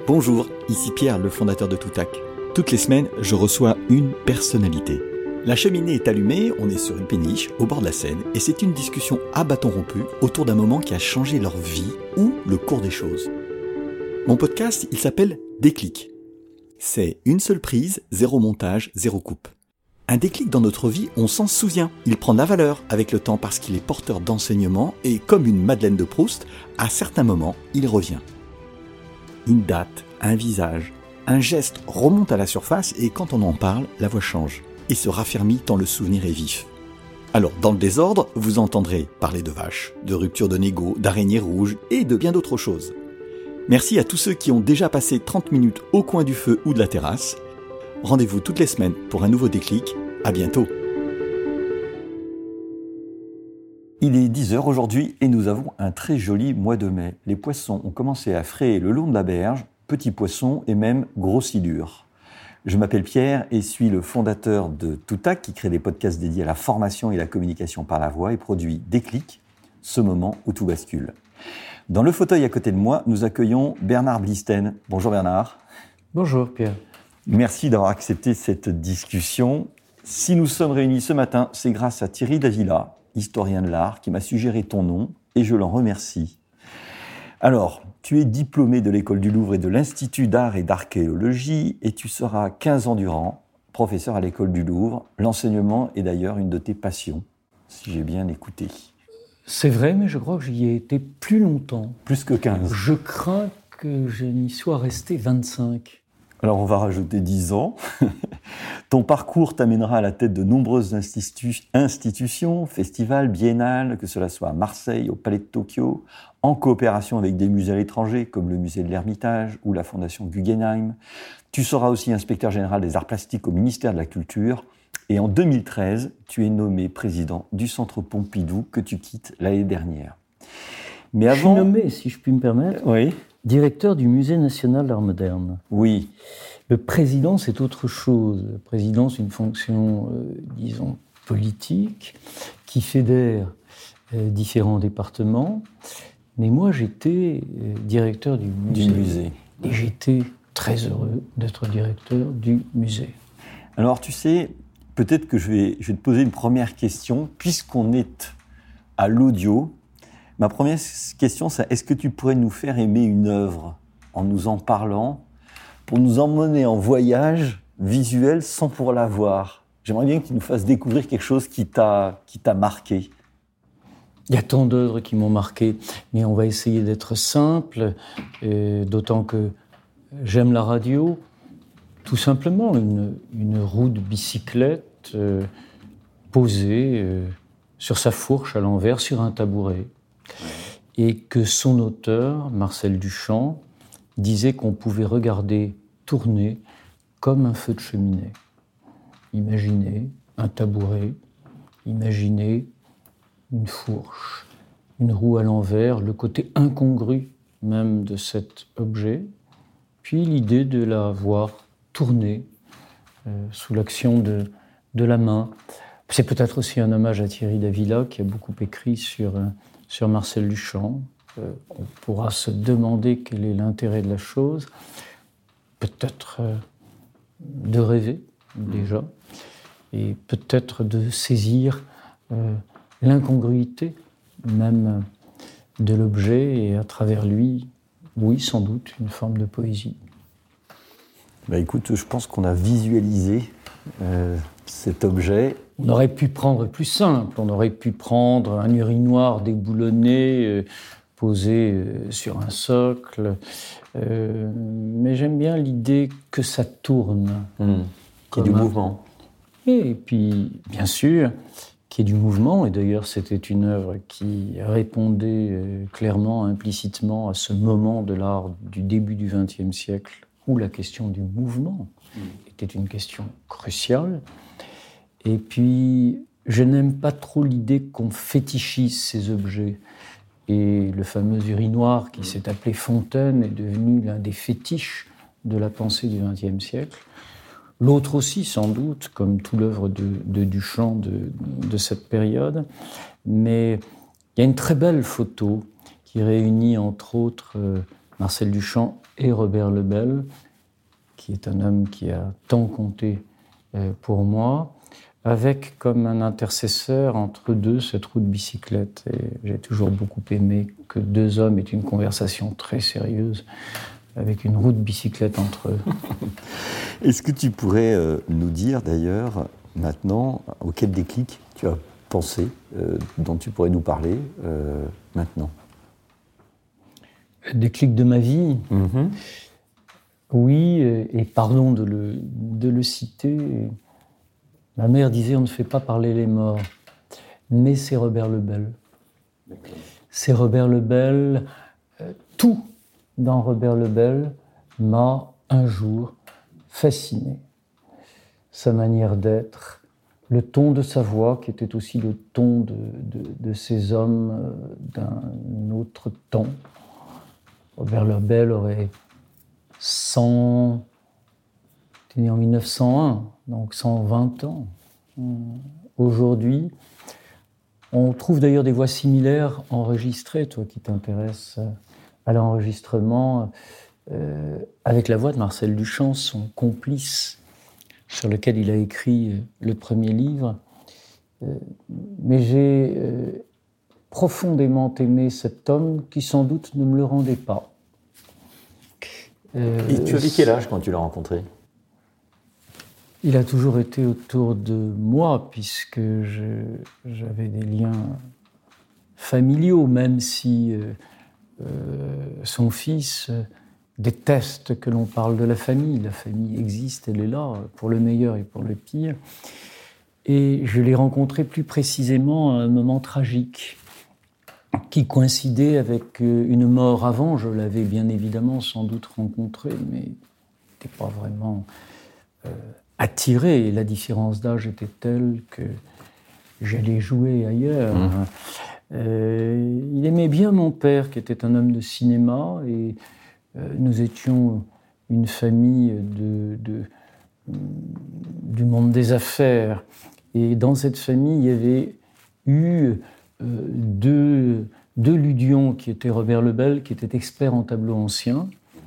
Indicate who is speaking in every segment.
Speaker 1: Bonjour, ici Pierre, le fondateur de Toutac. Toutes les semaines, je reçois une personnalité. La cheminée est allumée, on est sur une péniche, au bord de la Seine, et c'est une discussion à bâton rompu autour d'un moment qui a changé leur vie ou le cours des choses. Mon podcast, il s'appelle Déclic. C'est une seule prise, zéro montage, zéro coupe. Un déclic dans notre vie, on s'en souvient. Il prend de la valeur avec le temps parce qu'il est porteur d'enseignement et comme une Madeleine de Proust, à certains moments, il revient. Une date, un visage, un geste remonte à la surface et quand on en parle, la voix change et se raffermit tant le souvenir est vif. Alors, dans le désordre, vous entendrez parler de vaches, de rupture de négo, d'araignées rouges et de bien d'autres choses. Merci à tous ceux qui ont déjà passé 30 minutes au coin du feu ou de la terrasse. Rendez-vous toutes les semaines pour un nouveau déclic. À bientôt. Il est 10h aujourd'hui et nous avons un très joli mois de mai. Les poissons ont commencé à frayer le long de la berge, petits poissons et même grossilures. Je m'appelle Pierre et suis le fondateur de Toutac qui crée des podcasts dédiés à la formation et la communication par la voix et produit Déclic, ce moment où tout bascule. Dans le fauteuil à côté de moi, nous accueillons Bernard Blisten. Bonjour Bernard.
Speaker 2: Bonjour Pierre.
Speaker 1: Merci d'avoir accepté cette discussion. Si nous sommes réunis ce matin, c'est grâce à Thierry Davila, historien de l'art, qui m'a suggéré ton nom et je l'en remercie. Alors, tu es diplômé de l'École du Louvre et de l'Institut d'art et d'archéologie et tu seras 15 ans durant professeur à l'École du Louvre. L'enseignement est d'ailleurs une de tes passions, si j'ai bien écouté.
Speaker 2: C'est vrai, mais je crois que j'y ai été plus longtemps.
Speaker 1: Plus que 15.
Speaker 2: Je crains que je n'y sois resté 25.
Speaker 1: Alors on va rajouter 10 ans. Ton parcours t'amènera à la tête de nombreuses institutions, festivals, biennales, que cela soit à Marseille, au Palais de Tokyo, en coopération avec des musées à l'étranger, comme le musée de l'Ermitage ou la Fondation Guggenheim. Tu seras aussi inspecteur général des arts plastiques au ministère de la Culture. Et en 2013, tu es nommé président du Centre Pompidou, que tu quittes l'année dernière. Mais avant...
Speaker 2: Je suis nommé, si je puis me permettre,
Speaker 1: oui.
Speaker 2: Directeur du Musée national d'art moderne.
Speaker 1: Oui.
Speaker 2: Le président, c'est autre chose. Le président, c'est une fonction, disons, politique, qui fédère différents départements. Mais moi, j'étais directeur du musée. Et j'étais très heureux d'être directeur du musée.
Speaker 1: Alors, tu sais, peut-être que je vais te poser une première question, puisqu'on est à l'audio. Ma première question, c'est est-ce que tu pourrais nous faire aimer une œuvre en nous en parlant, pour nous emmener en voyage visuel sans pour la voir? J'aimerais bien que tu nous fasses découvrir quelque chose qui t'a marqué.
Speaker 2: Il y a tant d'œuvres qui m'ont marqué, mais on va essayer d'être simple, d'autant que j'aime la radio. Tout simplement, une roue de bicyclette posée sur sa fourche à l'envers, sur un tabouret. Et que son auteur, Marcel Duchamp, disait qu'on pouvait regarder tourner comme un feu de cheminée. Imaginez un tabouret, imaginez une fourche, une roue à l'envers, le côté incongru même de cet objet, puis l'idée de la voir tourner sous l'action de la main. C'est peut-être aussi un hommage à Thierry Davila qui a beaucoup écrit sur Marcel Duchamp. On pourra se demander quel est l'intérêt de la chose. Peut-être de rêver déjà, et peut-être de saisir l'incongruité même de l'objet et à travers lui, oui, sans doute, une forme de poésie.
Speaker 1: Écoute, je pense qu'on a visualisé cet objet.
Speaker 2: On aurait pu prendre plus simple, on aurait pu prendre un urinoir déboulonné, posé sur un socle, mais j'aime bien l'idée que ça tourne.
Speaker 1: Qu'il y ait du mouvement.
Speaker 2: Et puis, bien sûr, qu'il y ait du mouvement, et d'ailleurs c'était une œuvre qui répondait clairement, implicitement à ce moment de l'art du début du XXe siècle, où la question du mouvement était une question cruciale. Et puis, je n'aime pas trop l'idée qu'on fétichise ces objets. Et le fameux urinoir qui s'est appelé Fontaine est devenu l'un des fétiches de la pensée du XXe siècle. L'autre aussi, sans doute, comme toute l'œuvre de Duchamp de cette période. Mais il y a une très belle photo qui réunit, entre autres, Marcel Duchamp et Robert Lebel, qui est un homme qui a tant compté pour moi, avec comme un intercesseur entre deux cette roue de bicyclette. Et j'ai toujours beaucoup aimé que deux hommes aient une conversation très sérieuse avec une roue de bicyclette entre eux.
Speaker 1: Est-ce que tu pourrais nous dire d'ailleurs maintenant auquel déclic tu as pensé, dont tu pourrais nous parler maintenant?
Speaker 2: Déclic de ma vie. Oui, et pardon de le citer. Ma mère disait on ne fait pas parler les morts, mais c'est Robert Lebel. C'est Robert Lebel. Tout dans Robert Lebel m'a un jour fasciné. Sa manière d'être, le ton de sa voix, qui était aussi le ton de ces hommes d'un autre temps. Robert Lebel aurait 100... Il est né en 1901, donc 120 ans. Aujourd'hui, on trouve d'ailleurs des voix similaires enregistrées, toi qui t'intéresses à l'enregistrement, avec la voix de Marcel Duchamp, son complice, sur lequel il a écrit le premier livre. Mais j'ai profondément aimé cet homme qui sans doute ne me le rendait pas.
Speaker 1: Et tu avais quel âge quand tu l'as rencontré ?
Speaker 2: Il a toujours été autour de moi, puisque j'avais des liens familiaux, même si son fils déteste que l'on parle de la famille. La famille existe, elle est là, pour le meilleur et pour le pire. Et je l'ai rencontré plus précisément à un moment tragique, qui coïncidait avec une mort avant. Je l'avais bien évidemment sans doute rencontré, mais n'était pas vraiment attiré. Et la différence d'âge était telle que j'allais jouer ailleurs. Il aimait bien mon père, qui était un homme de cinéma, et nous étions une famille du monde des affaires. Et dans cette famille, il y avait eu deux Ludions, qui étaient Robert Lebel, qui était expert en tableau ancien,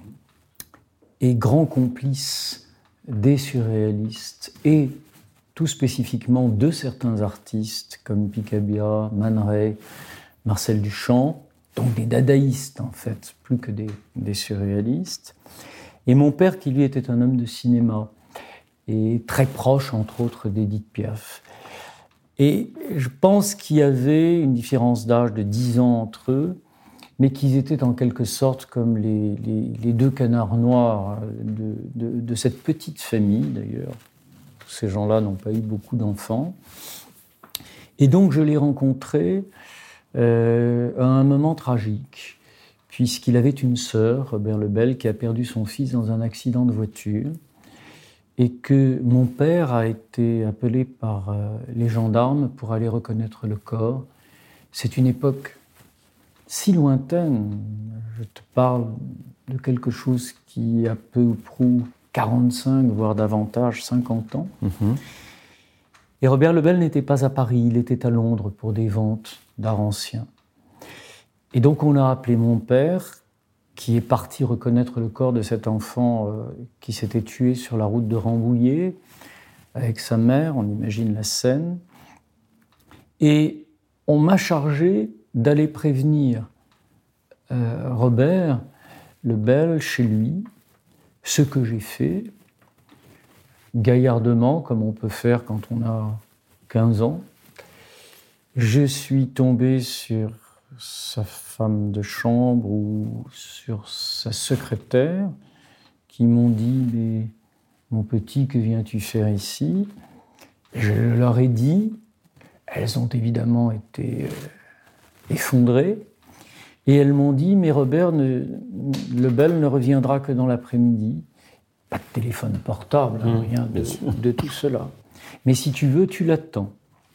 Speaker 2: et grand complice des surréalistes, et tout spécifiquement de certains artistes, comme Picabia, Man Ray, Marcel Duchamp, donc des dadaïstes en fait, plus que des surréalistes. Et mon père, qui lui était un homme de cinéma, et très proche, entre autres, d'Édith Piaf. Et je pense qu'il y avait une différence d'âge de 10 ans entre eux, mais qu'ils étaient en quelque sorte comme les deux canards noirs de cette petite famille, d'ailleurs. Tous ces gens-là n'ont pas eu beaucoup d'enfants. Et donc je l'ai rencontré à un moment tragique, puisqu'il avait une sœur, Robert Lebel, qui a perdu son fils dans un accident de voiture, et que mon père a été appelé par les gendarmes pour aller reconnaître le corps. C'est une époque si lointaine. Je te parle de quelque chose qui a peu ou prou 45, voire davantage, 50 ans. Et Robert Lebel n'était pas à Paris, il était à Londres pour des ventes d'art ancien. Et donc on a appelé mon père, qui est parti reconnaître le corps de cet enfant qui s'était tué sur la route de Rambouillet, avec sa mère, on imagine la scène. Et on m'a chargé d'aller prévenir Robert Lebel chez lui, ce que j'ai fait, gaillardement, comme on peut faire quand on a 15 ans. Je suis tombé sur sa femme de chambre ou sur sa secrétaire qui m'ont dit « Mais mon petit, que viens-tu faire ici ?» Je leur ai dit, elles ont évidemment été effondrées, et elles m'ont dit « Mais Robert Lebel ne reviendra que dans l'après-midi. » Pas de téléphone portable, rien de tout cela. Mais si tu veux, tu l'attends.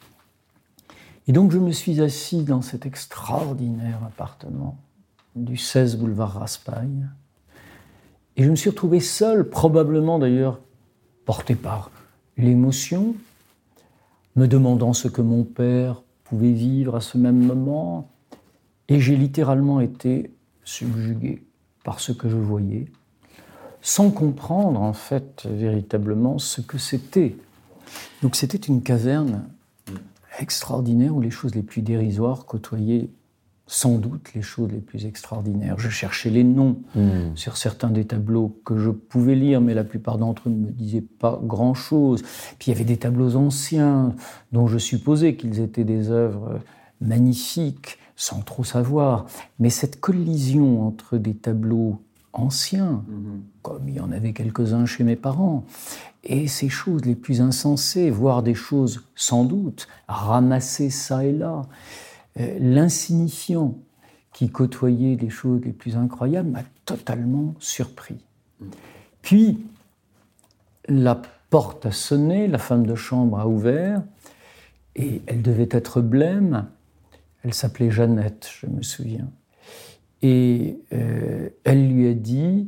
Speaker 2: Et donc je me suis assis dans cet extraordinaire appartement du 16 boulevard Raspail, et je me suis retrouvé seul, probablement d'ailleurs porté par l'émotion, me demandant ce que mon père pouvait vivre à ce même moment, et j'ai littéralement été subjugué. par ce que je voyais, sans comprendre en fait véritablement ce que c'était. Donc c'était une caverne extraordinaire où les choses les plus dérisoires côtoyaient sans doute les choses les plus extraordinaires. Je cherchais les noms sur certains des tableaux que je pouvais lire, mais la plupart d'entre eux ne me disaient pas grand-chose. Puis il y avait des tableaux anciens dont je supposais qu'ils étaient des œuvres magnifiques, sans trop savoir. Mais cette collision entre des tableaux anciens, comme il y en avait quelques-uns chez mes parents, et ces choses les plus insensées, voire des choses sans doute ramassées ça et là, l'insignifiant qui côtoyait les choses les plus incroyables m'a totalement surpris. Puis, la porte a sonné, la femme de chambre a ouvert, et elle devait être blême. Elle s'appelait Jeannette, je me souviens. Et elle lui a dit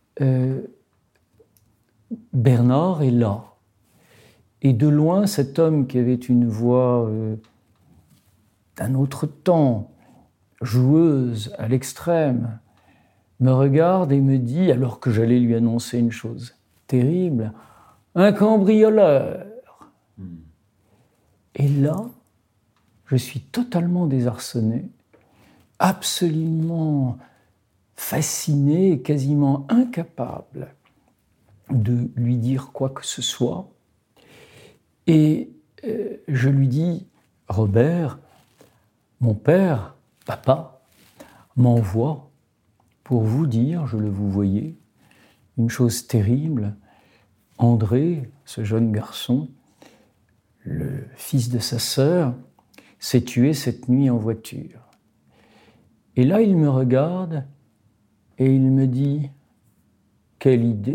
Speaker 2: « Bernard est là ». Et de loin, cet homme qui avait une voix d'un autre temps, joueuse à l'extrême, me regarde et me dit, alors que j'allais lui annoncer une chose terrible, « Un cambrioleur !» Et là, je suis totalement désarçonné, absolument fasciné, quasiment incapable de lui dire quoi que ce soit. Et je lui dis, « Robert, mon père, papa, m'envoie pour vous dire, je le vous voyez, une chose terrible. André, ce jeune garçon, le fils de sa sœur, s'est tué cette nuit en voiture. » Et là, il me regarde et il me dit « Quelle idée !»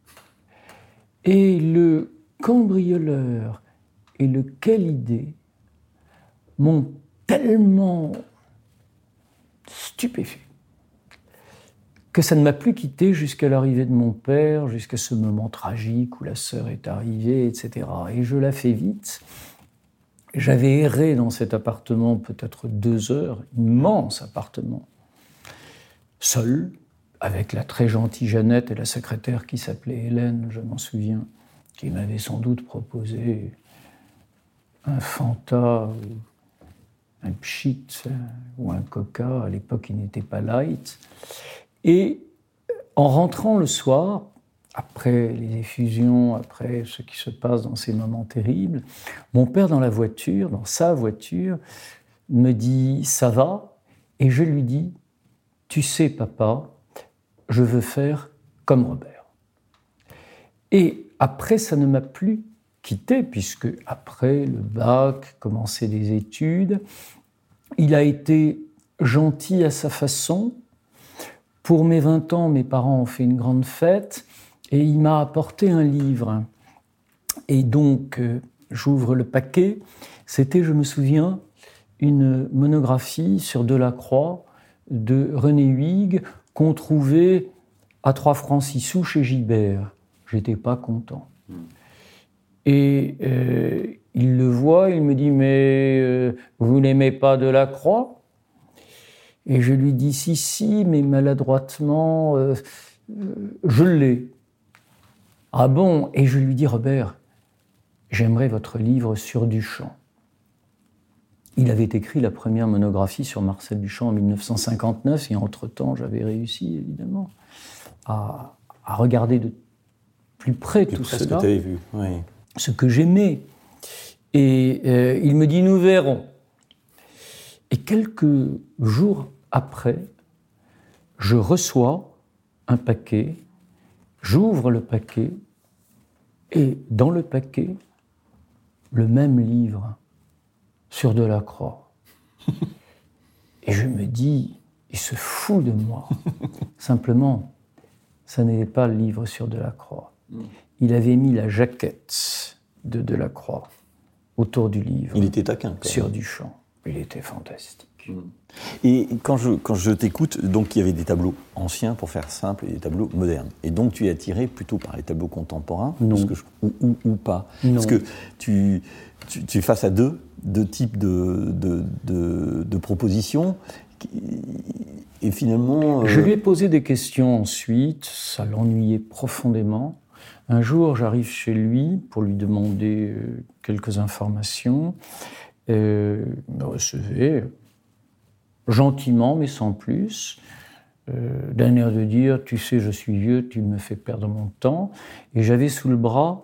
Speaker 2: Et le cambrioleur et le « quelle idée !» m'ont tellement stupéfait que ça ne m'a plus quitté jusqu'à l'arrivée de mon père, jusqu'à ce moment tragique où la sœur est arrivée, etc. Et je la fais vite. J'avais erré dans cet appartement peut-être 2 heures, immense appartement, seul, avec la très gentille Jeannette et la secrétaire qui s'appelait Hélène, je m'en souviens, qui m'avait sans doute proposé un Fanta, un Pchit ou un Coca. À l'époque, il n'était pas light. Et en rentrant le soir, après les effusions, après ce qui se passe dans ces moments terribles, mon père dans la voiture, dans sa voiture, me dit « Ça va ?» Et je lui dis « Tu sais, papa, je veux faire comme Robert. » Et après, ça ne m'a plus quitté, puisque après le bac, commencer des études, il a été gentil à sa façon. Pour mes 20 ans, mes parents ont fait une grande fête et il m'a apporté un livre. Et donc, j'ouvre le paquet. C'était, je me souviens, une monographie sur Delacroix de René Huyghe qu'on trouvait à 3 francs 6 sous chez Gibert. J'étais pas content. Et il le voit, il me dit « Mais vous n'aimez pas Delacroix ?» Et je lui dis « Si, mais maladroitement, je l'ai. » « Ah bon ?» Et je lui dis « Robert, j'aimerais votre livre sur Duchamp. » Il avait écrit la première monographie sur Marcel Duchamp en 1959, et entre-temps, j'avais réussi, évidemment, à regarder de plus près tout cela.
Speaker 1: Ce que tu avais vu, oui.
Speaker 2: Ce que j'aimais. Et il me dit « Nous verrons. » Et quelques jours après, je reçois un paquet, j'ouvre le paquet, et dans le paquet, le même livre sur Delacroix. Et je me dis, il se fout de moi. Simplement, ça n'était pas le livre sur Delacroix. Il avait mis la jaquette de Delacroix autour du livre.
Speaker 1: Il était taquin, quoi.
Speaker 2: Sur Duchamp. Il était fantastique.
Speaker 1: Et quand je t'écoute, donc il y avait des tableaux anciens, pour faire simple, et des tableaux modernes. Et donc tu es attiré plutôt par les tableaux contemporains,
Speaker 2: non.
Speaker 1: Ou pas.
Speaker 2: Non.
Speaker 1: Parce que tu es face à deux types de propositions. Et finalement...
Speaker 2: Je lui ai posé des questions ensuite, ça l'ennuyait profondément. Un jour, j'arrive chez lui pour lui demander quelques informations. Il me recevait gentiment, mais sans plus, d'un air de dire « Tu sais, je suis vieux, tu me fais perdre mon temps ». Et j'avais sous le bras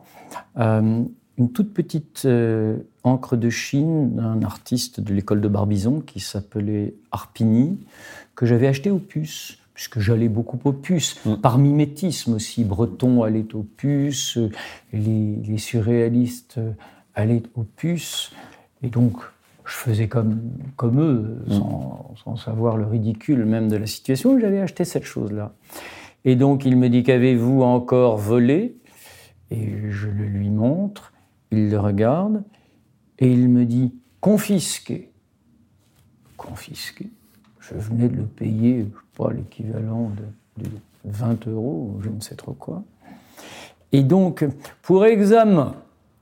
Speaker 2: une toute petite encre de Chine d'un artiste de l'école de Barbizon qui s'appelait Harpigny, que j'avais acheté aux puces, puisque j'allais beaucoup aux puces, par mimétisme aussi. Breton allait aux puces, les surréalistes allaient aux puces, et donc je faisais comme eux, sans savoir le ridicule même de la situation, j'avais acheté cette chose-là. Et donc il me dit « Qu'avez-vous encore volé ?» Et je le lui montre, il le regarde, et il me dit « Confisqué ». Confisqué. Je venais de le payer, je ne sais pas, l'équivalent de 20 €, je ne sais trop quoi. Et donc, pour examen,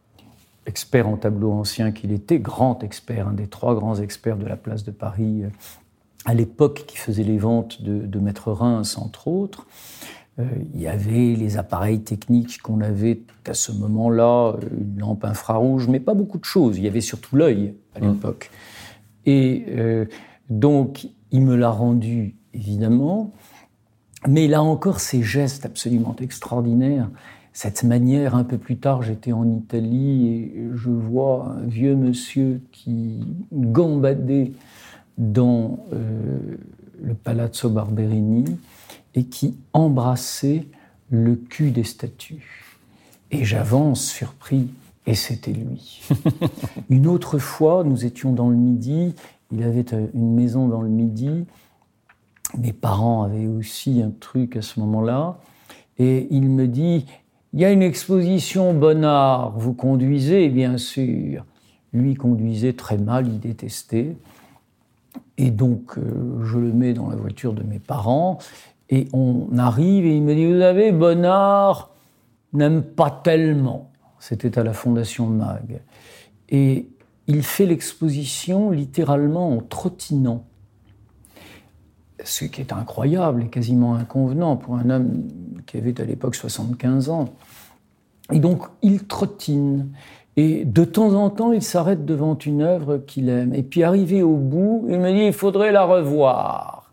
Speaker 2: expert en tableau ancien qu'il était, grand expert, un des 3 grands experts de la place de Paris, à l'époque qui faisait les ventes de Maître Reims, entre autres, il y avait les appareils techniques qu'on avait à ce moment-là, une lampe infrarouge, mais pas beaucoup de choses. Il y avait surtout l'œil à l'époque. Et donc, il me l'a rendu, évidemment, mais là encore, ces gestes absolument extraordinaires, cette manière, un peu plus tard, j'étais en Italie et je vois un vieux monsieur qui gambadait dans le Palazzo Barberini et qui embrassait le cul des statues. Et j'avance, surpris, et c'était lui. Une autre fois, nous étions dans le Midi, il avait une maison dans le Midi, mes parents avaient aussi un truc à ce moment-là, et il me dit « Il y a une exposition Bonnard, vous conduisez ?» Bien sûr. Lui conduisait très mal, il détestait. Et donc, je le mets dans la voiture de mes parents, et on arrive, et il me dit « Vous savez, Bonnard n'aime pas tellement. » C'était à la Fondation Mag. Et il fait l'exposition littéralement en trottinant. Ce qui est incroyable et quasiment inconvenant pour un homme qui avait à l'époque 75 ans. Et donc, il trottine. Et de temps en temps, il s'arrête devant une œuvre qu'il aime. Et puis, arrivé au bout, il me dit « Il faudrait la revoir ».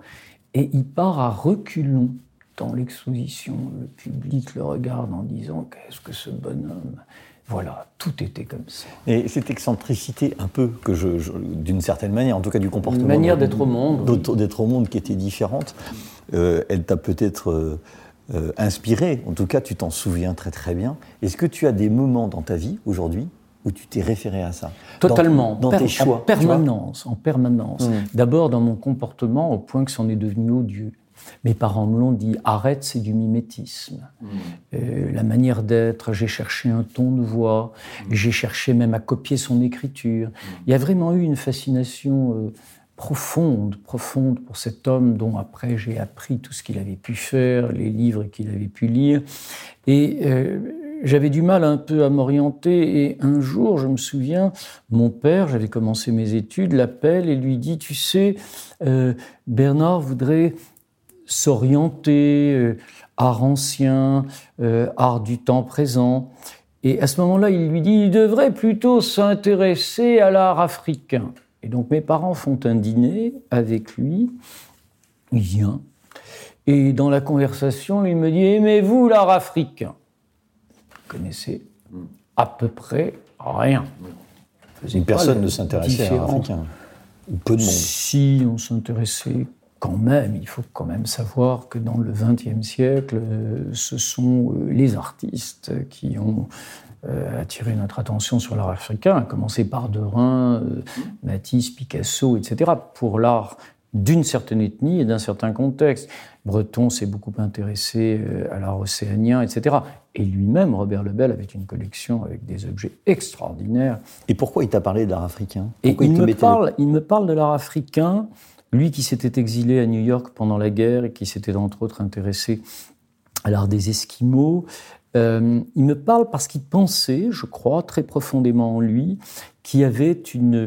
Speaker 2: Et il part à reculons dans l'exposition. Le public le regarde en disant « Qu'est-ce que ce bonhomme ?» Voilà, tout était comme ça.
Speaker 1: Et cette excentricité, un peu, que d'une certaine manière, en tout cas du comportement...
Speaker 2: Une manière d'être au monde.
Speaker 1: D'être au monde qui était différente, elle t'a peut-être inspiré, en tout cas tu t'en souviens très très bien. Est-ce que tu as des moments dans ta vie, aujourd'hui, où tu t'es référé à ça ?
Speaker 2: Totalement.
Speaker 1: Dans tes choix.
Speaker 2: En permanence. D'abord dans mon comportement, au point que c'en est devenu odieux. Mes parents me l'ont dit, arrête, c'est du mimétisme. La manière d'être, j'ai cherché un ton de voix, j'ai cherché même à copier son écriture. Il y a vraiment eu une fascination profonde pour cet homme dont après j'ai appris tout ce qu'il avait pu faire, les livres qu'il avait pu lire. Et j'avais du mal un peu à m'orienter. Et un jour, je me souviens, mon père, j'avais commencé mes études, l'appelle et lui dit, tu sais, Bernard voudrait s'orienter, art ancien, art du temps présent. Et à ce moment-là, il lui dit, il devrait plutôt s'intéresser à l'art africain. Et donc mes parents font un dîner avec lui, il vient, et dans la conversation, il me dit, aimez-vous l'art africain ? Vous connaissez à peu près rien.
Speaker 1: Personne ne s'intéressait à l'art africain, ou peu de monde.
Speaker 2: Si, on s'intéressait quand même, il faut quand même savoir que dans le XXe siècle, ce sont les artistes qui ont attiré notre attention sur l'art africain, à commencer par Derain, Matisse, Picasso, etc. Pour l'art d'une certaine ethnie et d'un certain contexte. Breton s'est beaucoup intéressé à l'art océanien, etc. Et lui-même, Robert Lebel, avait une collection avec des objets extraordinaires.
Speaker 1: Et pourquoi il t'a parlé de l'art africain?
Speaker 2: Et il me parle de l'art africain, lui qui s'était exilé à New York pendant la guerre et qui s'était entre autres intéressé à l'art des Esquimaux. Il me parle parce qu'il pensait, je crois, très profondément en lui, qu'il y avait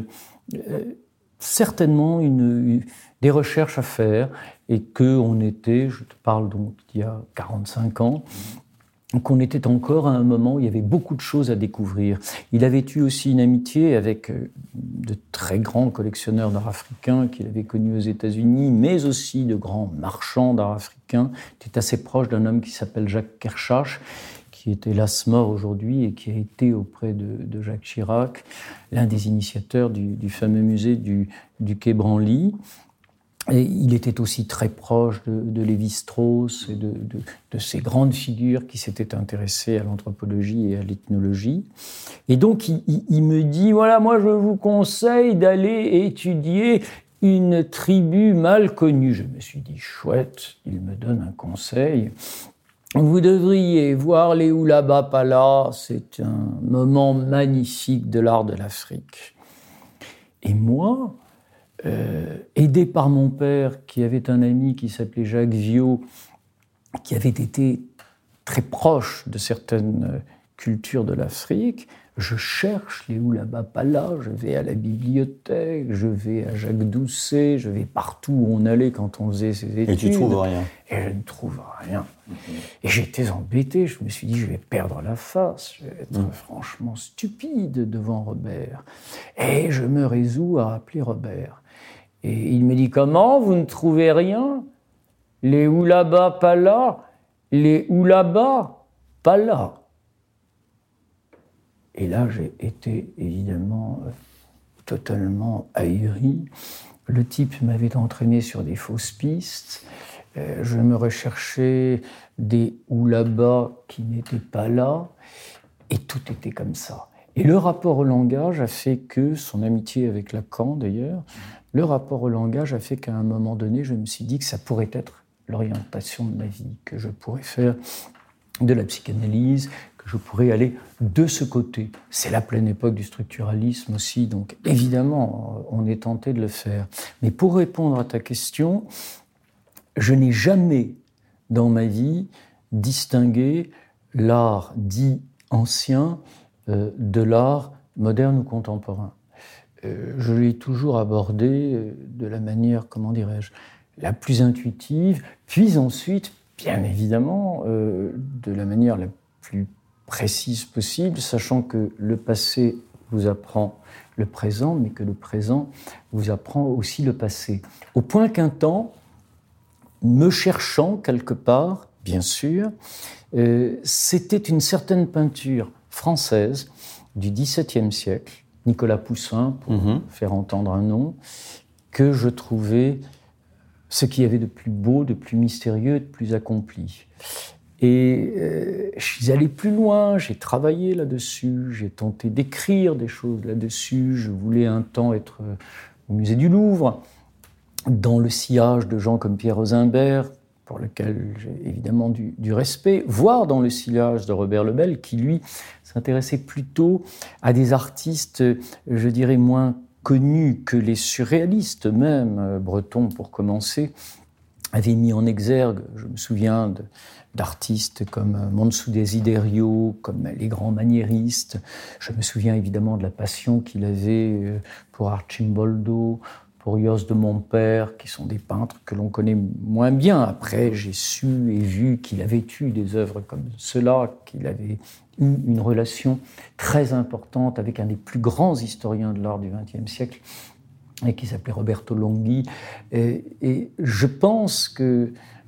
Speaker 2: certainement des recherches à faire et qu'on était, je te parle donc d'il y a 45 ans, qu'on était encore à un moment où il y avait beaucoup de choses à découvrir. Il avait eu aussi une amitié avec de très grands collectionneurs d'art africain qu'il avait connus aux États-Unis, mais aussi de grands marchands d'art africain. Il était assez proche d'un homme qui s'appelle Jacques Kershach, qui est hélas mort aujourd'hui et qui a été auprès de Jacques Chirac, l'un des initiateurs du fameux musée du Quai Branly. Et il était aussi très proche de Lévi-Strauss et de ces grandes figures qui s'étaient intéressées à l'anthropologie et à l'ethnologie. Et donc, il me dit, voilà, moi je vous conseille d'aller étudier une tribu mal connue. Je me suis dit, chouette, il me donne un conseil. Vous devriez voir les Oulaba Pala, c'est un moment magnifique de l'art de l'Afrique. Et moi, aidé par mon père, qui avait un ami qui s'appelait Jacques Viau, qui avait été très proche de certaines cultures de l'Afrique, je cherche les Oulaba Pala, je vais à la bibliothèque, je vais à Jacques Doucet, je vais partout où on allait quand on faisait ses études.
Speaker 1: Et tu trouves rien.
Speaker 2: Et je ne trouve rien. Et j'étais embêté, je me suis dit, je vais perdre la face, je vais être franchement stupide devant Robert. Et je me résous à appeler Robert. Et il me dit, comment, vous ne trouvez rien? Les Oulaba Pala, les Oulaba Pala. Et là, j'ai été évidemment totalement ahuri. Le type m'avait entraîné sur des fausses pistes. Je me recherchais des Oulaba qui n'étaient pas là. Et tout était comme ça. Et le rapport au langage a fait que, son amitié avec Lacan d'ailleurs, le rapport au langage a fait qu'à un moment donné, je me suis dit que ça pourrait être l'orientation de ma vie, que je pourrais faire de la psychanalyse, que je pourrais aller de ce côté. C'est la pleine époque du structuralisme aussi, donc évidemment, on est tenté de le faire. Mais pour répondre à ta question, je n'ai jamais, dans ma vie, distingué l'art dit ancien de l'art moderne ou contemporain. Je l'ai toujours abordé de la manière, comment dirais-je, la plus intuitive, puis ensuite, bien évidemment, de la manière la plus précise possible, sachant que le passé vous apprend le présent, mais que le présent vous apprend aussi le passé. Au point qu'un temps, me cherchant quelque part, bien sûr, c'était une certaine peinture française du XVIIe siècle, Nicolas Poussin, pour faire entendre un nom, que je trouvais ce qu'il y avait de plus beau, de plus mystérieux, de plus accompli. Et je suis allé plus loin, j'ai travaillé là-dessus, j'ai tenté d'écrire des choses là-dessus. Je voulais un temps être au musée du Louvre, dans le sillage de gens comme Pierre Rosimbert, pour lequel j'ai évidemment du respect, voire dans le sillage de Robert Lebel, qui lui s'intéressait plutôt à des artistes, je dirais, moins connus que les surréalistes même. Breton, pour commencer, avait mis en exergue, je me souviens d'artistes comme Monsou Desiderio, comme les grands maniéristes. Je me souviens évidemment de la passion qu'il avait pour Arcimboldo, pour Jos de Montpère, qui sont des peintres que l'on connaît moins bien. Après, j'ai su et vu qu'il avait eu des œuvres comme cela, qu'il avait eu une relation très importante avec un des plus grands historiens de l'art du XXe siècle, et qui s'appelait Roberto Longhi. Et je pense que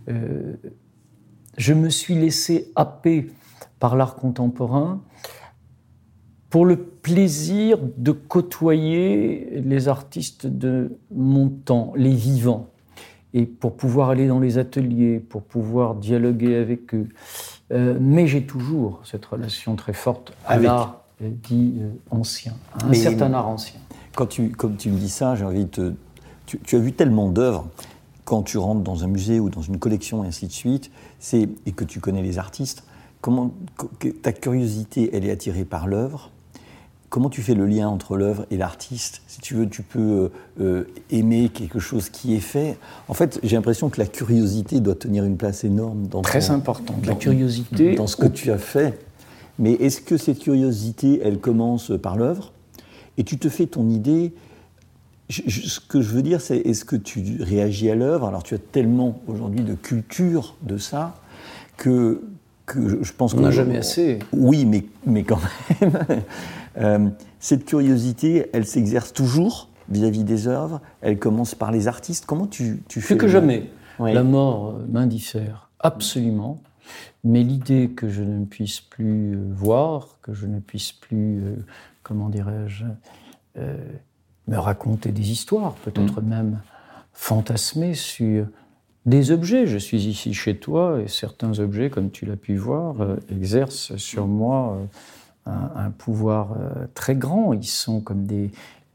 Speaker 2: je me suis laissé happer par l'art contemporain pour le plaisir de côtoyer les artistes de mon temps, les vivants, et pour pouvoir aller dans les ateliers, pour pouvoir dialoguer avec eux. Mais j'ai toujours cette relation très forte à l'art dit ancien, à un certain art ancien.
Speaker 1: Comme tu me dis ça, j'ai envie de te tu as vu tellement d'œuvres, quand tu rentres dans un musée ou dans une collection et ainsi de suite, et que tu connais les artistes, comment ta curiosité, elle est attirée par l'œuvre. Comment tu fais le lien entre l'œuvre et l'artiste? Si tu veux, tu peux aimer quelque chose qui est fait. En fait, j'ai l'impression que la curiosité doit tenir une place énorme
Speaker 2: Très importante, la curiosité.
Speaker 1: Dans ce que tu as fait. Mais est-ce que cette curiosité, elle commence par l'œuvre? Et tu te fais ton idée. Ce que je veux dire, c'est est-ce que tu réagis à l'œuvre? Alors, tu as tellement aujourd'hui de culture de ça que je pense qu'on
Speaker 2: n'a jamais assez.
Speaker 1: Oui, mais quand même. Cette curiosité, elle s'exerce toujours vis-à-vis des œuvres. Elle commence par les artistes. Comment tu fais?
Speaker 2: Plus que jamais. Oui. La mort m'indiffère absolument. Mais l'idée que je ne puisse plus voir, que je ne puisse plus, comment dirais-je, me raconter des histoires, peut-être même fantasmer sur des objets. Je suis ici chez toi et certains objets, comme tu l'as pu voir, exercent sur moi un pouvoir très grand. Ils sont comme des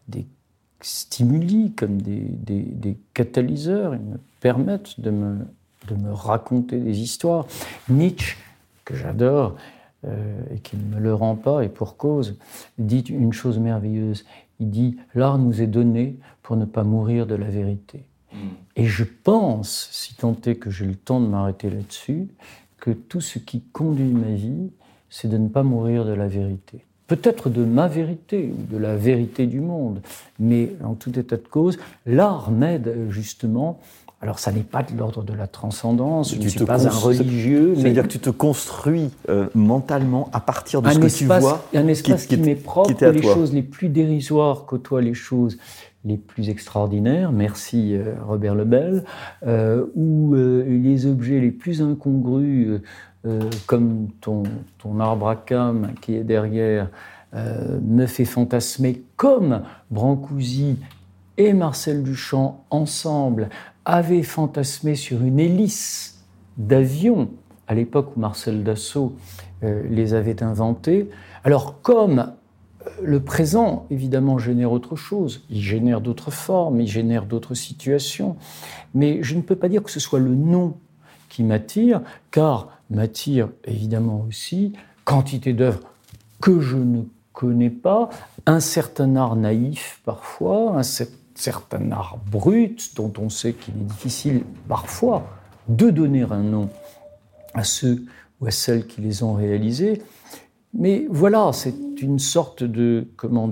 Speaker 2: stimuli, comme des catalyseurs. Ils me permettent de me raconter des histoires. Nietzsche, que j'adore et qui ne me le rend pas, et pour cause, dit une chose merveilleuse. Il dit « L'art nous est donné pour ne pas mourir de la vérité ». Et je pense, si tant est que j'ai le temps de m'arrêter là-dessus, que tout ce qui conduit ma vie, c'est de ne pas mourir de la vérité. Peut-être de ma vérité ou de la vérité du monde, mais en tout état de cause, l'art m'aide justement. Alors ça n'est pas de l'ordre de la transcendance, je ne suis pas un religieux.
Speaker 1: C'est-à-dire que tu te construis mentalement à partir de ce que tu vois.
Speaker 2: Un espace qui m'est propre, où les choses les plus dérisoires côtoient les choses les plus extraordinaires, merci Robert Lebel, où les objets les plus incongrus, comme ton arbre à cames qui est derrière, me fait fantasmer, comme Brancusi et Marcel Duchamp ensemble avaient fantasmé sur une hélice d'avion à l'époque où Marcel Dassault les avait inventés. Alors comme le présent, évidemment, génère autre chose. Il génère d'autres formes, il génère d'autres situations. Mais je ne peux pas dire que ce soit le nom qui m'attire, car m'attire évidemment aussi quantité d'œuvres que je ne connais pas, un certain art naïf parfois, un certain art brut dont on sait qu'il est difficile parfois de donner un nom à ceux ou à celles qui les ont réalisés. Mais voilà, c'est une sorte de,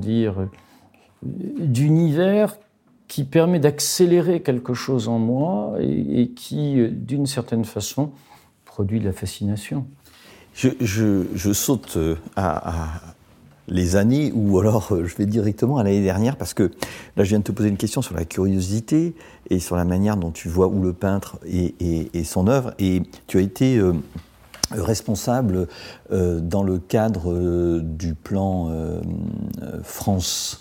Speaker 2: d'univers qui permet d'accélérer quelque chose en moi et qui, d'une certaine façon, produit de la fascination.
Speaker 1: Je saute à les années, ou alors je vais directement à l'année dernière, parce que là je viens de te poser une question sur la curiosité et sur la manière dont tu vois où le peintre et son œuvre, et tu as été responsable dans le cadre du plan France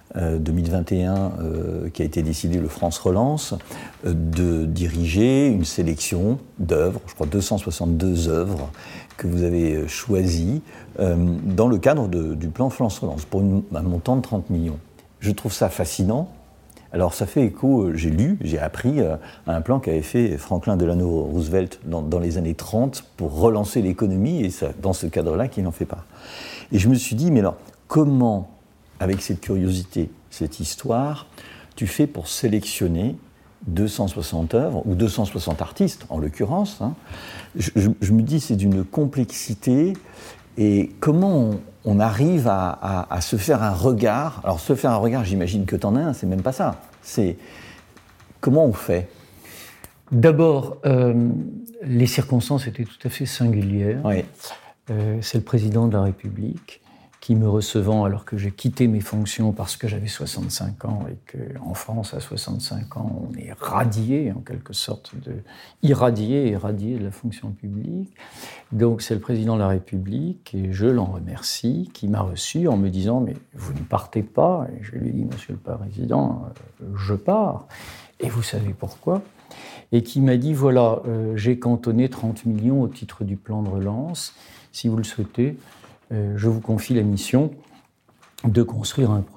Speaker 1: 2021 qui a été décidé, le France Relance, de diriger une sélection d'œuvres, je crois 262 œuvres que vous avez choisies dans le cadre du plan France Relance pour un montant de 30 millions. Je trouve ça fascinant. Alors ça fait écho, j'ai appris à un plan qu'avait fait Franklin Delano Roosevelt dans les années 30 pour relancer l'économie, et c'est dans ce cadre-là qu'il n'en fait pas. Et je me suis dit, mais alors, comment, avec cette curiosité, cette histoire, tu fais pour sélectionner 260 œuvres, ou 260 artistes en l'occurrence, hein. Je me dis, c'est d'une complexité, et comment on arrive à se faire un regard. Alors se faire un regard, j'imagine que t'en as un, c'est même pas ça. C'est comment on fait?
Speaker 2: D'abord, les circonstances étaient tout à fait singulières.
Speaker 1: Oui.
Speaker 2: C'est le président de la République qui, me recevant alors que j'ai quitté mes fonctions parce que j'avais 65 ans et qu'en France, à 65 ans, on est radié, en quelque sorte, irradié de la fonction publique. Donc c'est le président de la République, et je l'en remercie, qui m'a reçu en me disant « Mais vous ne partez pas ?» Et je lui ai dit « Monsieur le Président, je pars. Et vous savez pourquoi ?» Et qui m'a dit « Voilà, j'ai cantonné 30 millions au titre du plan de relance. Si vous le souhaitez, je vous confie la mission de construire un projet. »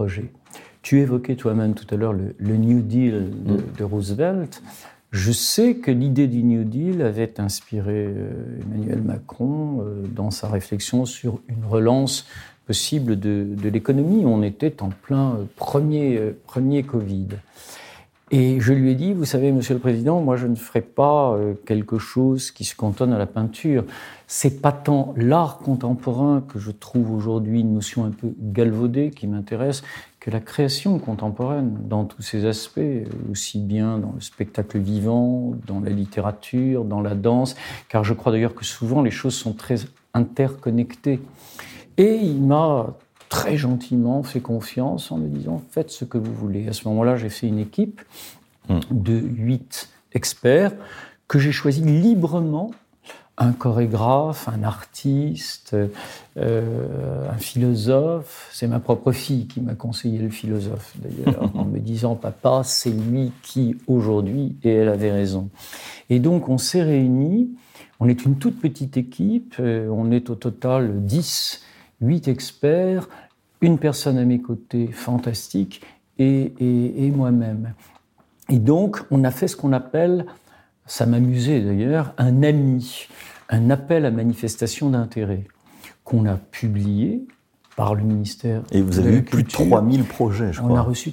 Speaker 2: Tu évoquais toi-même tout à l'heure le New Deal de Roosevelt. Je sais que l'idée du New Deal avait inspiré Emmanuel Macron dans sa réflexion sur une relance possible de l'économie. On était en plein premier Covid. Et je lui ai dit, vous savez, Monsieur le Président, moi je ne ferai pas quelque chose qui se cantonne à la peinture. C'est pas tant l'art contemporain que je trouve aujourd'hui une notion un peu galvaudée qui m'intéresse, que la création contemporaine dans tous ses aspects, aussi bien dans le spectacle vivant, dans la littérature, dans la danse, car je crois d'ailleurs que souvent les choses sont très interconnectées. Et il m'a très gentiment fait confiance en me disant « faites ce que vous voulez ». À ce moment-là, j'ai fait une équipe de 8 experts que j'ai choisi librement, un chorégraphe, un artiste, un philosophe. C'est ma propre fille qui m'a conseillé le philosophe, d'ailleurs, en me disant « papa, c'est lui qui, aujourd'hui », et elle avait raison. Et donc, on s'est réunis, on est une toute petite équipe, on est au total 8 experts, une personne à mes côtés fantastique et moi-même. Et donc, on a fait ce qu'on appelle, ça m'amusait d'ailleurs, un AMI, un appel à manifestation d'intérêt, qu'on a publié par le ministère de la Culture.
Speaker 1: Et vous avez eu plus de 3000 projets, je crois.
Speaker 2: On a reçu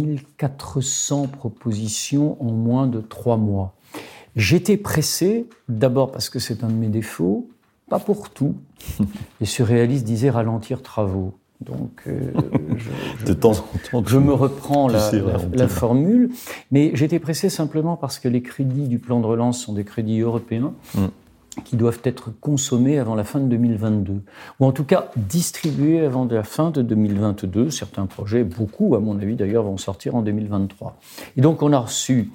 Speaker 2: 3400 propositions en moins de 3 mois. J'étais pressé, d'abord parce que c'est un de mes défauts, pas pour tout. Les surréalistes disaient ralentir travaux. Donc,
Speaker 1: de temps en temps,
Speaker 2: je me reprends la formule. Mais j'étais pressé simplement parce que les crédits du plan de relance sont des crédits européens qui doivent être consommés avant la fin de 2022. Ou en tout cas, distribués avant la fin de 2022. Certains projets, beaucoup, à mon avis d'ailleurs, vont sortir en 2023. Et donc, on a reçu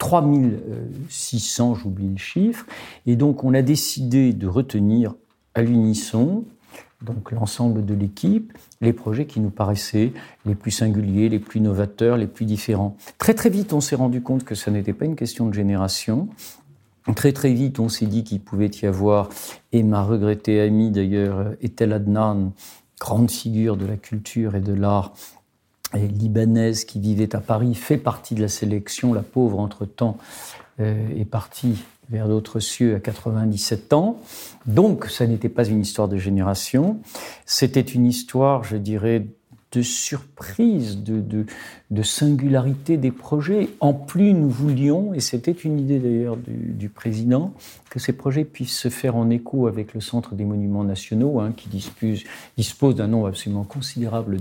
Speaker 2: 3600, j'oublie le chiffre, et donc on a décidé de retenir à l'unisson, donc l'ensemble de l'équipe, les projets qui nous paraissaient les plus singuliers, les plus novateurs, les plus différents. Très très vite, on s'est rendu compte que ça n'était pas une question de génération. Très très vite, on s'est dit qu'il pouvait y avoir, et ma regrettée amie d'ailleurs, Etel Adnan, grande figure de la culture et de l'art, libanaise qui vivait à Paris, fait partie de la sélection. La pauvre, entre-temps, est partie vers d'autres cieux à 97 ans. Donc, ça n'était pas une histoire de génération. C'était une histoire, je dirais, de surprise, de singularité des projets. En plus, nous voulions, et c'était une idée d'ailleurs du président, que ces projets puissent se faire en écho avec le Centre des Monuments Nationaux, qui dispose d'un nombre absolument considérable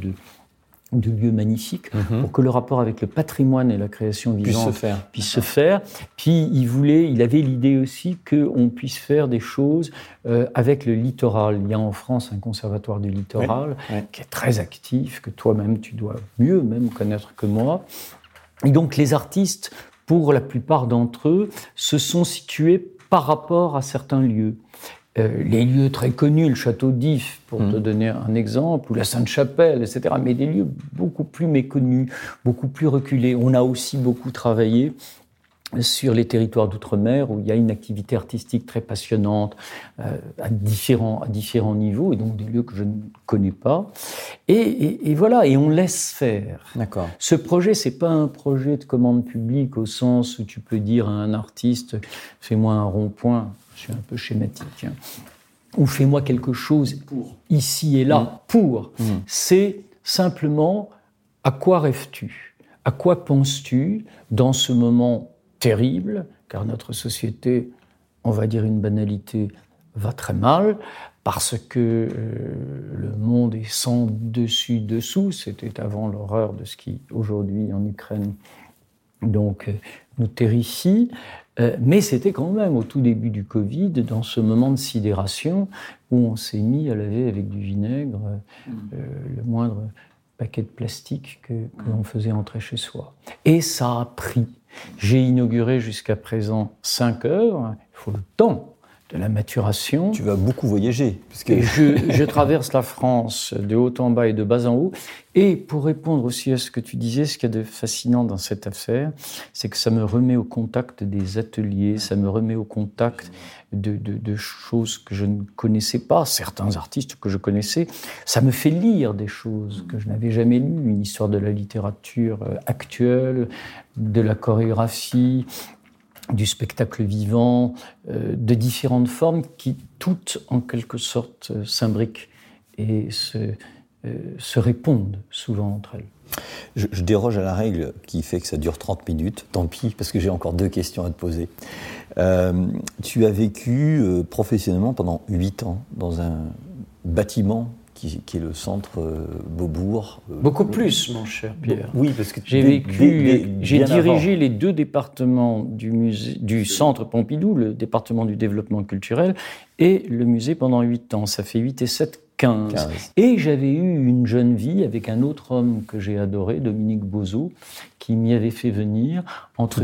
Speaker 2: de lieux magnifiques, pour que le rapport avec le patrimoine et la création vivante puisse se faire. Puis il avait l'idée aussi qu'on puisse faire des choses avec le littoral. Il y a en France un conservatoire du littoral qui est très actif, que toi-même tu dois mieux même connaître que moi. Et donc les artistes, pour la plupart d'entre eux, se sont situés par rapport à certains lieux. Les lieux très connus, le château d'If, pour te donner un exemple, ou la Sainte-Chapelle, etc., mais des lieux beaucoup plus méconnus, beaucoup plus reculés. On a aussi beaucoup travaillé sur les territoires d'outre-mer, où il y a une activité artistique très passionnante, à différents niveaux, et donc des lieux que je ne connais pas. Et voilà, et on laisse faire.
Speaker 3: D'accord.
Speaker 2: Ce projet, c'est pas un projet de commande publique, au sens où tu peux dire à un artiste « fais-moi un rond-point », je suis un peu schématique, ou fais-moi quelque chose ici et là pour. C'est simplement à quoi rêves-tu ? À quoi penses-tu dans ce moment terrible, car notre société, on va dire une banalité, va très mal, parce que le monde est sans dessus-dessous. C'était avant l'horreur de ce qui, aujourd'hui, en Ukraine, donc, nous terrifie. Mais c'était quand même au tout début du Covid, dans ce moment de sidération, où on s'est mis à laver avec du vinaigre le moindre paquet de plastique que l'on faisait entrer chez soi. Et ça a pris. J'ai inauguré jusqu'à présent 5 œuvres. Il faut le temps la maturation.
Speaker 1: Tu vas beaucoup voyager.
Speaker 2: Et je traverse la France de haut en bas et de bas en haut. Et pour répondre aussi à ce que tu disais, ce qu'il y a de fascinant dans cette affaire, c'est que ça me remet au contact des ateliers, ça me remet au contact de choses que je ne connaissais pas, certains artistes que je connaissais. Ça me fait lire des choses que je n'avais jamais lues, une histoire de la littérature actuelle, de la chorégraphie, du spectacle vivant, de différentes formes qui toutes, en quelque sorte, s'imbriquent et se répondent souvent entre elles.
Speaker 1: Je déroge à la règle qui fait que ça dure 30 minutes. Tant pis, parce que j'ai encore 2 questions à te poser. Tu as vécu professionnellement pendant 8 ans dans un bâtiment qui est le centre Beaubourg.
Speaker 2: Beaucoup plus, mon cher Pierre.
Speaker 1: Oui, parce que
Speaker 2: j'ai dirigé les 2 départements du centre Pompidou, le département du développement culturel et le musée pendant 8 ans. Ça fait 8 et 7, 15. Et j'avais eu une jeune vie avec un autre homme que j'ai adoré, Dominique Bozo, qui m'y avait fait venir entre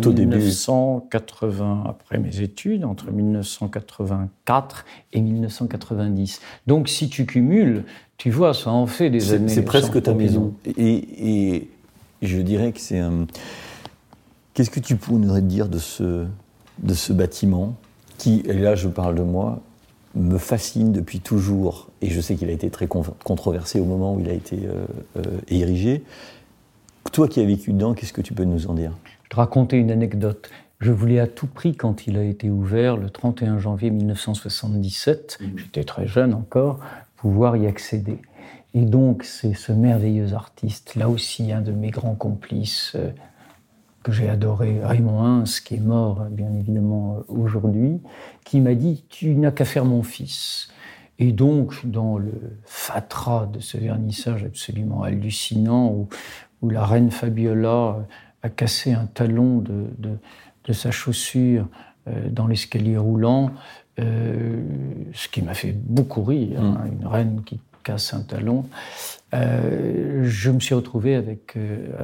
Speaker 2: 1980, après mes études, entre 1984 et 1990. Donc si tu cumules, tu vois, ça en fait des années.
Speaker 1: C'est presque ta maison. Et je dirais que c'est un... Qu'est-ce que tu pourrais dire de ce bâtiment qui, et là je parle de moi, me fascine depuis toujours, et je sais qu'il a été très controversé au moment où il a été érigé. Toi qui as vécu dedans, qu'est-ce que tu peux nous en dire ?
Speaker 2: Je te raconter une anecdote. Je voulais à tout prix, quand il a été ouvert, le 31 janvier 1977, j'étais très jeune encore, pouvoir y accéder. Et donc, c'est ce merveilleux artiste, là aussi un de mes grands complices, que j'ai adoré, Raymond Hins, qui est mort bien évidemment aujourd'hui, qui m'a dit « Tu n'as qu'à faire mon fils ». Et donc, dans le fatras de ce vernissage absolument hallucinant, où la reine Fabiola a cassé un talon de sa chaussure dans l'escalier roulant, ce qui m'a fait beaucoup rire, une reine qui casse un talon, je me suis retrouvé avec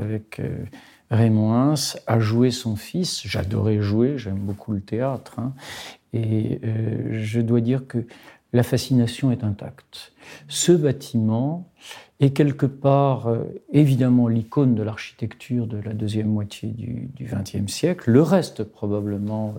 Speaker 2: Raymond Hins à jouer son fils. J'adorais jouer, j'aime beaucoup le théâtre. Et je dois dire que la fascination est intacte. Ce bâtiment est quelque part, évidemment, l'icône de l'architecture de la deuxième moitié du XXe siècle. Le reste, probablement,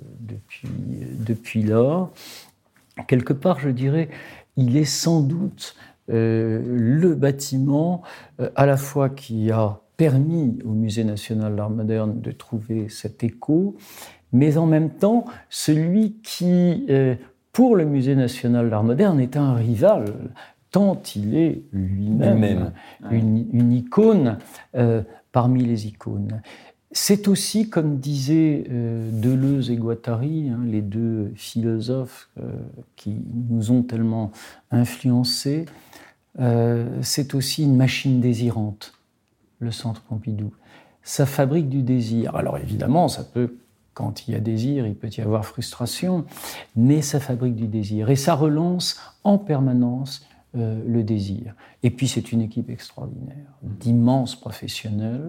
Speaker 2: depuis lors. Quelque part, je dirais, il est sans doute le bâtiment, à la fois qui a permis au Musée national d'art moderne de trouver cet écho, mais en même temps, celui qui, pour le Musée national d'art moderne, est un rival, tant il est lui-même une icône parmi les icônes. C'est aussi, comme disaient Deleuze et Guattari, les 2 philosophes qui nous ont tellement influencés, c'est aussi une machine désirante, le Centre Pompidou. Ça fabrique du désir. Alors évidemment, ça peut, quand il y a désir, il peut y avoir frustration, mais ça fabrique du désir. Et ça relance en permanence le désir. Et puis c'est une équipe extraordinaire, d'immenses professionnels.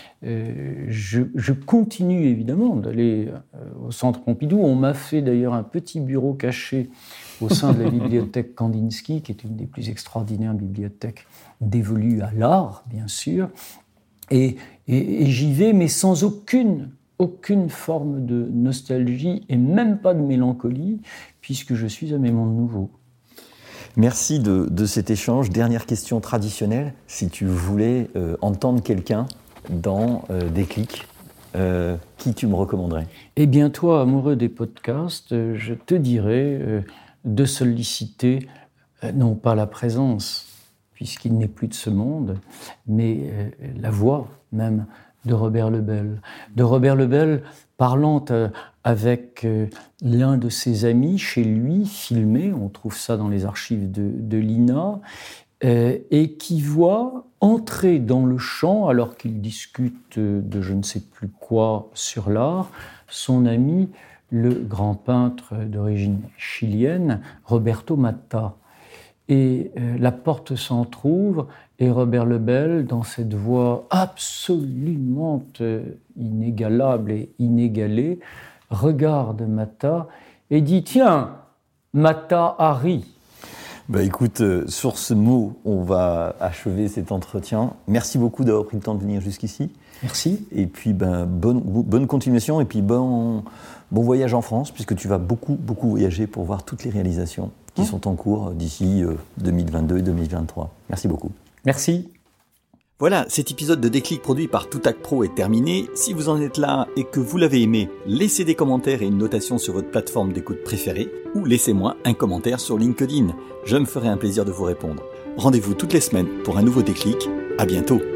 Speaker 2: Je continue évidemment d'aller au Centre Pompidou. On m'a fait d'ailleurs un petit bureau caché au sein de la bibliothèque Kandinsky, qui est une des plus extraordinaires bibliothèques dévolues à l'art, bien sûr. Et j'y vais, mais sans aucune forme de nostalgie et même pas de mélancolie, puisque je suis à mes mondes nouveaux.
Speaker 1: Merci de cet échange. Dernière question traditionnelle. Si tu voulais entendre quelqu'un dans Déclic, qui tu me recommanderais ?
Speaker 2: Eh bien, toi, amoureux des podcasts, je te dirais de solliciter, non pas la présence, puisqu'il n'est plus de ce monde, mais la voix même de Robert Lebel. De Robert Lebel parlant avec l'un de ses amis chez lui, filmé, on trouve ça dans les archives de l'INA, et qui voit entrer dans le champ, alors qu'il discute de je ne sais plus quoi sur l'art, son ami, le grand peintre d'origine chilienne, Roberto Matta. Et la porte s'entrouvre, et Robert Lebel, dans cette voix absolument inégalable et inégalée, regarde Matta et dit « Tiens, Mata Hari.
Speaker 1: Écoute, sur ce mot, on va achever cet entretien. Merci beaucoup d'avoir pris le temps de venir jusqu'ici.
Speaker 2: Merci.
Speaker 1: Et puis, bonne continuation et puis bon voyage en France, puisque tu vas beaucoup voyager pour voir toutes les réalisations qui sont en cours d'ici 2022 et 2023. Merci beaucoup.
Speaker 2: Merci.
Speaker 1: Voilà, cet épisode de Déclic produit par Toutac Pro est terminé. Si vous en êtes là et que vous l'avez aimé, laissez des commentaires et une notation sur votre plateforme d'écoute préférée ou laissez-moi un commentaire sur LinkedIn. Je me ferai un plaisir de vous répondre. Rendez-vous toutes les semaines pour un nouveau Déclic. À bientôt.